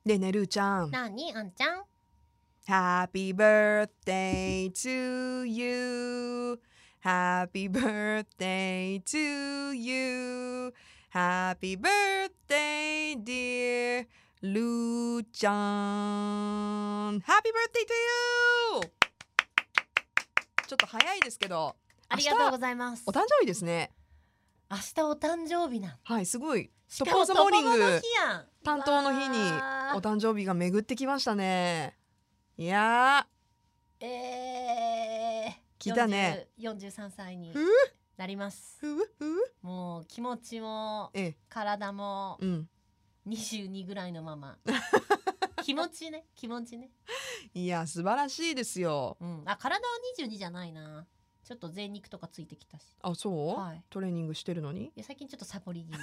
でねるーちゃん、 なにあんちゃん。 Happy birthday to you Happy birthday to you Happy birthday dear るーちゃん Happy birthday to you ちょっと早いですけどありがとうございます。 お誕生日ですね。 明日お誕生日なん。 はい、すごいしかもトップオブザモーニングトップオブの日やん。 担当の日にお誕生日が巡ってきましたね。いやー来たね。 43歳にふうなります。 ふうふうもう気持ちもえ体もうん 22ぐらいのまま気持ちね気持ちね、 いや素晴らしいですよ。 あ、体は22じゃないな。ちょっと贅肉とかついてきたし。 あ、そう、 はい、 トレーニングしてるのに。 いや最近ちょっとサボり気味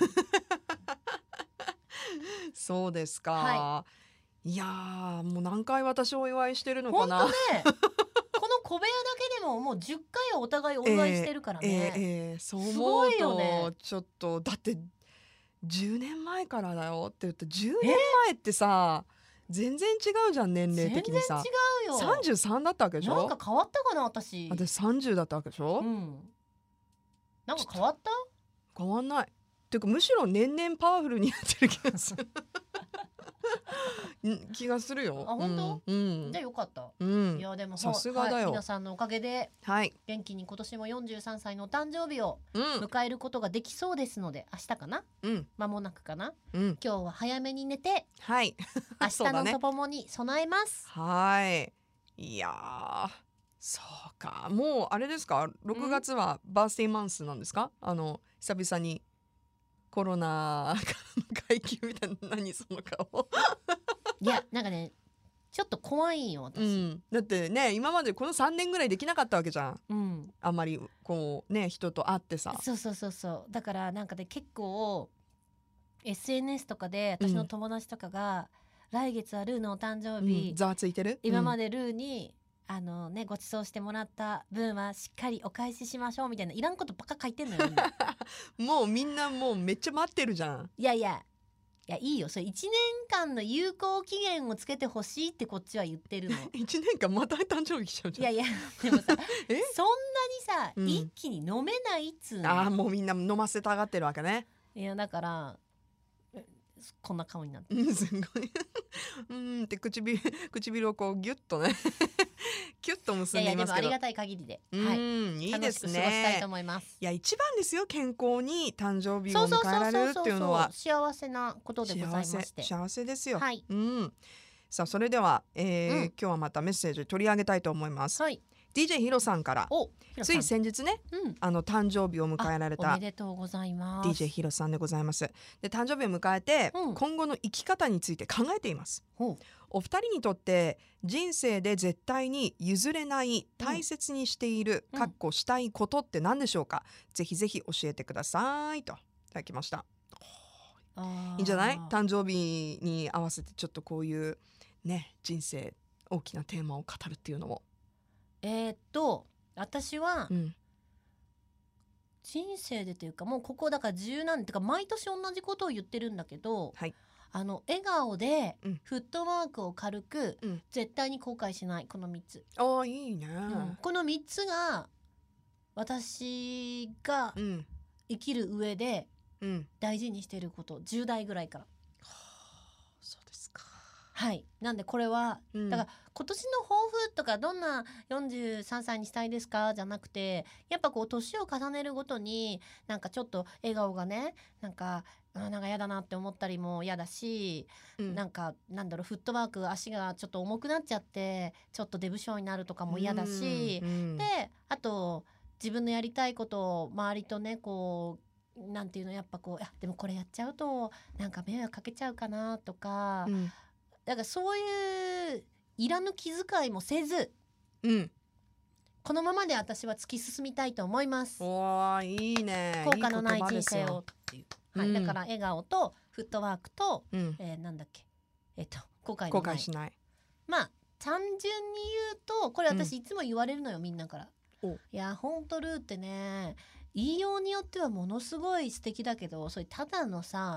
そうですか、 はいやーもう何回私お祝いしてるのかな。 ほんとねこの小部屋だけでももう10回はお互いお祝いしてるからね、 そう思うすごいよと、 ね。 ちょっとだって10年前からだよって言って10年前ってさ全然違うじゃん年齢的にさ。 全然違うよ。 33だったわけでしょ。 なんか変わったかな私。 私30だったわけでしょ、 なんか変わった？ 変わんないっていうかむしろ年々パワフルになってる気がする気がするよ。 あ、本当？ うんじゃあよかった、いやでもさすがだよ、 はい、皆さんのおかげではい元気に今年も43歳のお誕生日をうん迎えることができそうですので、明日かな、間もなくかな、今日は早めに寝てはい明日のトポモに備えます。 はいいやーそうかもうあれですか6月はバースデーマンスなんですか。久々にコロナからの解禁みたいな何その顔いやなんかねちょっと怖いよ私、 だってね今までこの3年ぐらいできなかったわけじゃん、あんまりこうね人と会ってさ。 そうだからなんかね結構 SNS とかで私の友達とかが、来月はルーのお誕生日、 ざわついてる。 今までルーにご馳走してもらった分はしっかりお返ししましょうみたいないらんことばっか書いてんのよもうみんなもうめっちゃ待ってるじゃん。 いやいいよそれ1年間の有効期限をつけてほしいってこっちは言ってるの 1年間また誕生日来ちゃうじゃん。 いやでもさそんなにさ、 うん一気に飲めないっつうの。 ああもうみんな飲ませたがってるわけね。 いやだからこんな顔になってすごいって唇をこうギュッとねキュッと結んでいますけど。 でもありがたい限りで、 いいですね。 楽しく過ごしたいと思います。 いや一番ですよ健康に誕生日を迎えられるっていうのは幸せなことでございまして幸せですよ。 はい、 さあそれでは、今日はまたメッセージ取り上げたいと思います。 はい、 DJ ヒロさんからつい先日ね、誕生日を迎えられたおめでとうございます DJ ヒロさんでございます。で誕生日を迎えて、今後の生き方について考えています。お二人にとって人生で絶対に譲れない大切にしている、したいことって何でしょうか。ぜひぜひ教えてくださいといただきました。いいんじゃない？誕生日に合わせてちょっとこういうね人生大きなテーマを語るっていうのも。 私は、人生でというかもうここだから10何年ってか毎年同じことを言ってるんだけど、笑顔でフットワークを軽く、絶対に後悔しないこの3つ。 いいね、 この3つが私が生きる上で大事にしていること、10代ぐらいから。 そうですか。 はい、なんでこれは、だから今年の抱負とかどんな43歳にしたいですかじゃなくて、やっぱこう年を重ねるごとになんかちょっと笑顔がねなんか嫌だなって思ったりも嫌だし、なんかなんだろうフットワーク足がちょっと重くなっちゃってちょっとデブ症になるとかも嫌だし、であと自分のやりたいことを周りとねこうなんていうのやっぱこうでもこれやっちゃうとなんか迷惑かけちゃうかなとか、だからそういういらぬ気遣いもせず、このままで私は突き進みたいと思います。 いいね。 後悔のない人生をっていう、だから笑顔とフットワークと、なんだっけ後悔しない。 まあ単純に言うとこれ私いつも言われるのよ、みんなから。いやほんとルーってね言いようによってはものすごい素敵だけどそれただのさ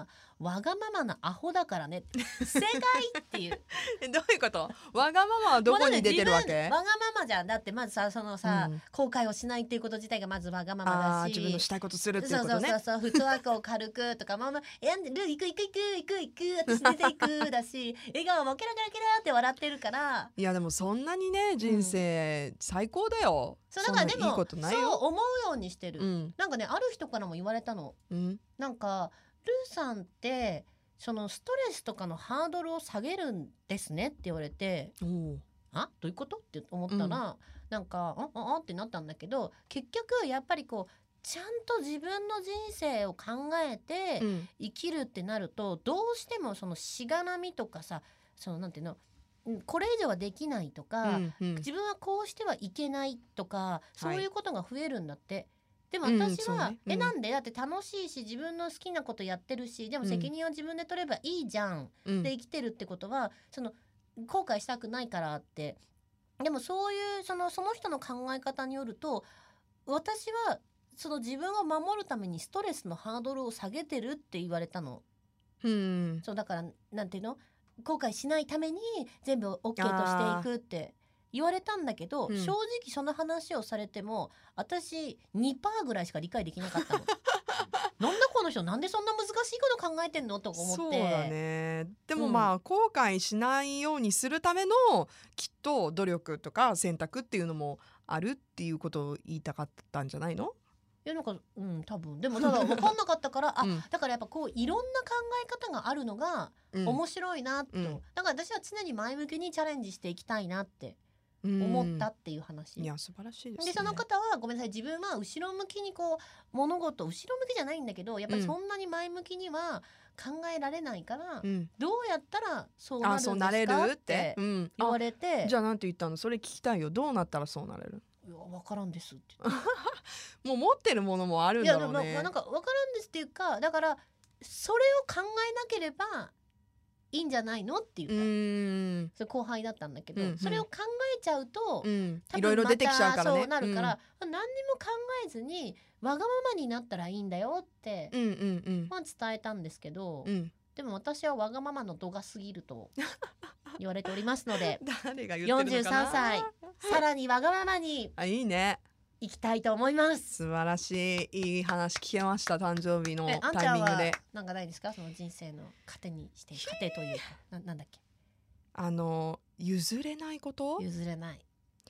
わがままなアホだからね正解っていうどういうこと？わがままはどこに出てるわけ？ わがままじゃん。だってまずさそのさ、後悔をしないっていうこと自体がまずわがままだし、 自分のしたいことするっていうことね。 そうフットワークを軽くとかママ選んでる行く私出ていくだし笑顔もケラケラケラって笑ってるから。 いやでもそんなにね人生最高だよ。 そうだからでもそう思うようにしてる。なんかねある人からも言われたの。なんかルーさんってそのストレスとかのハードルを下げるんですねって言われて、あどういうことって思ったら、なんかってなったんだけど、結局やっぱりこうちゃんと自分の人生を考えて生きるってなると、どうしてもそのしがらみとかさ、そのなんていうの、これ以上はできないとか、自分はこうしてはいけないとか、そういうことが増えるんだって。でも私は、なんでだって楽しいし自分の好きなことやってるし、でも責任を自分で取ればいいじゃん、で生きてるってことはその後悔したくないからって。でもそういうその人の考え方によると、私はその自分を守るためにストレスのハードルを下げてるって言われたの。そうだからなんていうの、後悔しないために全部 OK としていくって言われたんだけど、正直その話をされても私 2% ぐらいしか理解できなかったの。なんだこの人なんでそんな難しいこと考えてんのとか思って。 そうだね。でもまあ、後悔しないようにするためのきっと努力とか選択っていうのもあるっていうことを言いたかったんじゃないの？ いやなんか多分でもただ分かんなかったからだからやっぱこういろんな考え方があるのが面白いなと、だから私は常に前向きにチャレンジしていきたいなって思ったっていう話。 いや素晴らしいですね。 でその方はごめんなさい、自分は後ろ向きにこう物事後ろ向きじゃないんだけど、やっぱりそんなに前向きには考えられないから、どうやったらそうなるんですかって言われて、 じゃあなんて言ったの？それ聞きたいよ。どうなったらそうなれる？ いや分からんですってもう持ってるものもあるんだろうね。 いやなんか分からんですっていうか、だからそれを考えなければいいんじゃないのって言った。それ後輩だったんだけど、それを考えちゃうと、 いろいろ出てきちゃうからね。 そうなるから、何にも考えずにわがままになったらいいんだよって伝えたんですけど、でも私はわがままの度が過ぎると言われておりますので誰が言ってるのかな。 43歳さらにわがままにいいね、 行きたいと思います。 素晴らしい、いい話聞けました。誕生日のタイミングで。 なんかないですか、その人生の糧にして糧というかなんだっけ、 譲れないこと。 譲れない。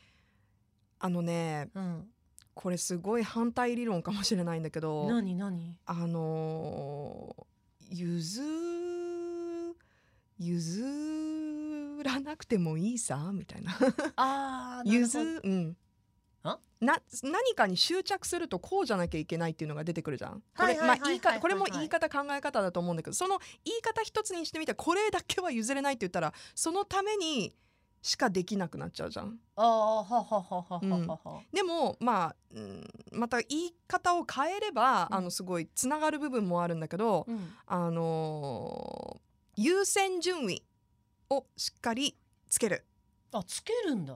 これすごい反対理論かもしれないんだけど、 何譲らなくてもいいさみたいな何かに執着するとこうじゃなきゃいけないっていうのが出てくるじゃん。これも言い方考え方だと思うんだけど、その言い方一つにしてみてこれだけは譲れないって言ったらそのためにしかできなくなっちゃうじゃん。でもまた言い方を変えれば、すごいつながる部分もあるんだけど、優先順位をしっかりつける。 つけるんだ。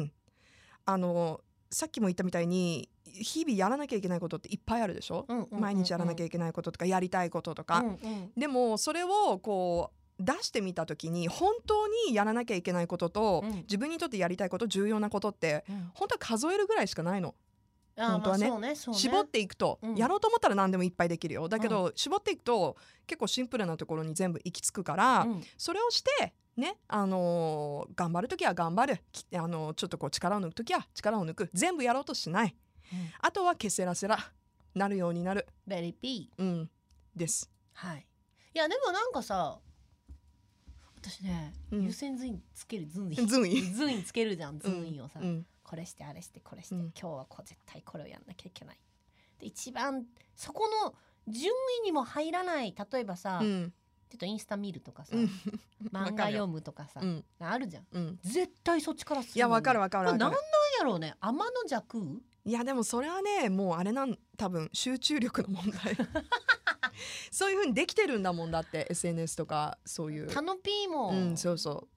さっきも言ったみたいに日々やらなきゃいけないことっていっぱいあるでしょ。毎日やらなきゃいけないこととかやりたいこととか、でもそれをこう出してみた時に本当にやらなきゃいけないことと、自分にとってやりたいこと、重要なことって、本当は数えるぐらいしかないの。本当はね、絞っていくと、やろうと思ったら何でもいっぱいできるよ。だけど、絞っていくと結構シンプルなところに全部行き着くから、それをしてね、頑張るときは頑張る、ちょっとこう力を抜くときは力を抜く、全部やろうとしない、あとはケセラセラなるようになる。 ベリーピー、です。 はい。いやでもなんかさ、私ね、優先順位つける順位つけるじゃん、順位をさ、これしてあれしてこれして、今日は絶対これをやんなきゃいけない。で一番そこの順位にも入らない、例えばさ、ちょっとインスタ見るとかさ、漫画読むとかさ、あるじゃん、絶対そっちからする。 いやわかる。これなんなんやろうね、天の弱。 いやでもそれはね、もうあれ多分集中力の問題そういう風にできてるんだもん。だって SNS とかそういうタノピーも、 そうそう、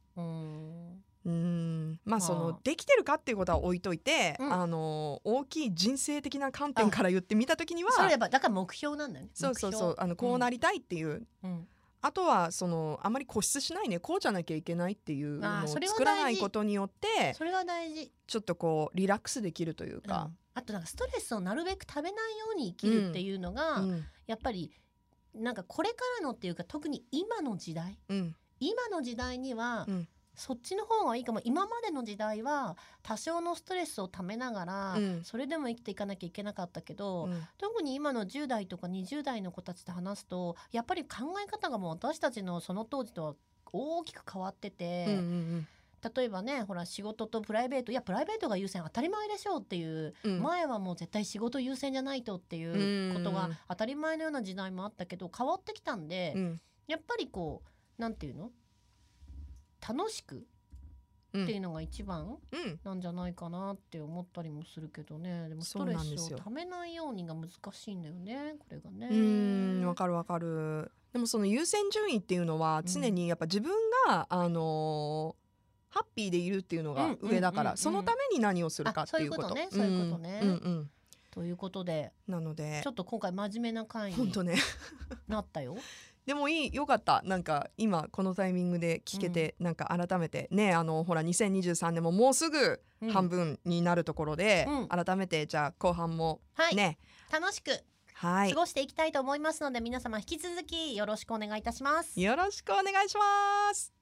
そのできてるかっていうことは置いといて、大きい人生的な観点から言ってみたときには、 それやっぱだから目標なんだよね。 そうこうなりたいっていう、 あとはあまり固執しないね、こうじゃなきゃいけないっていうのを作らないことによってそれは大事。 ちょっとこうリラックスできるというか、 あとなんかストレスをなるべく食べないように生きるっていうのが、やっぱりなんかこれからのっていうか特に今の時代、今の時代には、そっちの方がいいかも。今までの時代は多少のストレスをためながら、それでも生きていかなきゃいけなかったけど、特に今の10代とか20代の子たちと話すとやっぱり考え方がもう私たちのその当時とは大きく変わってて、例えばね、ほら仕事とプライベート、いやプライベートが優先当たり前でしょうっていう、前はもう絶対仕事優先じゃないとっていうことが当たり前のような時代もあったけど変わってきたんで、やっぱりこうなんていうの、楽しくっていうのが一番なんじゃないかなって思ったりもするけどね。でもストレスをためないようにが難しいんだよね、これがね。 わかるわかる。でもその優先順位っていうのは常にやっぱ自分が、ハッピーでいるっていうのが上だから、そのために何をするかっていうこと。 そういうことね。ということで、 なのでちょっと今回真面目な回になったよ。 でもよかった。なんか今このタイミングで聞けて、なんか改めてね、ほら2023年ももうすぐ半分になるところで、改めてじゃあ後半もね、 楽しく過ごしていきたいと思いますので、皆様引き続きよろしくお願いいたします。 よろしくお願いします。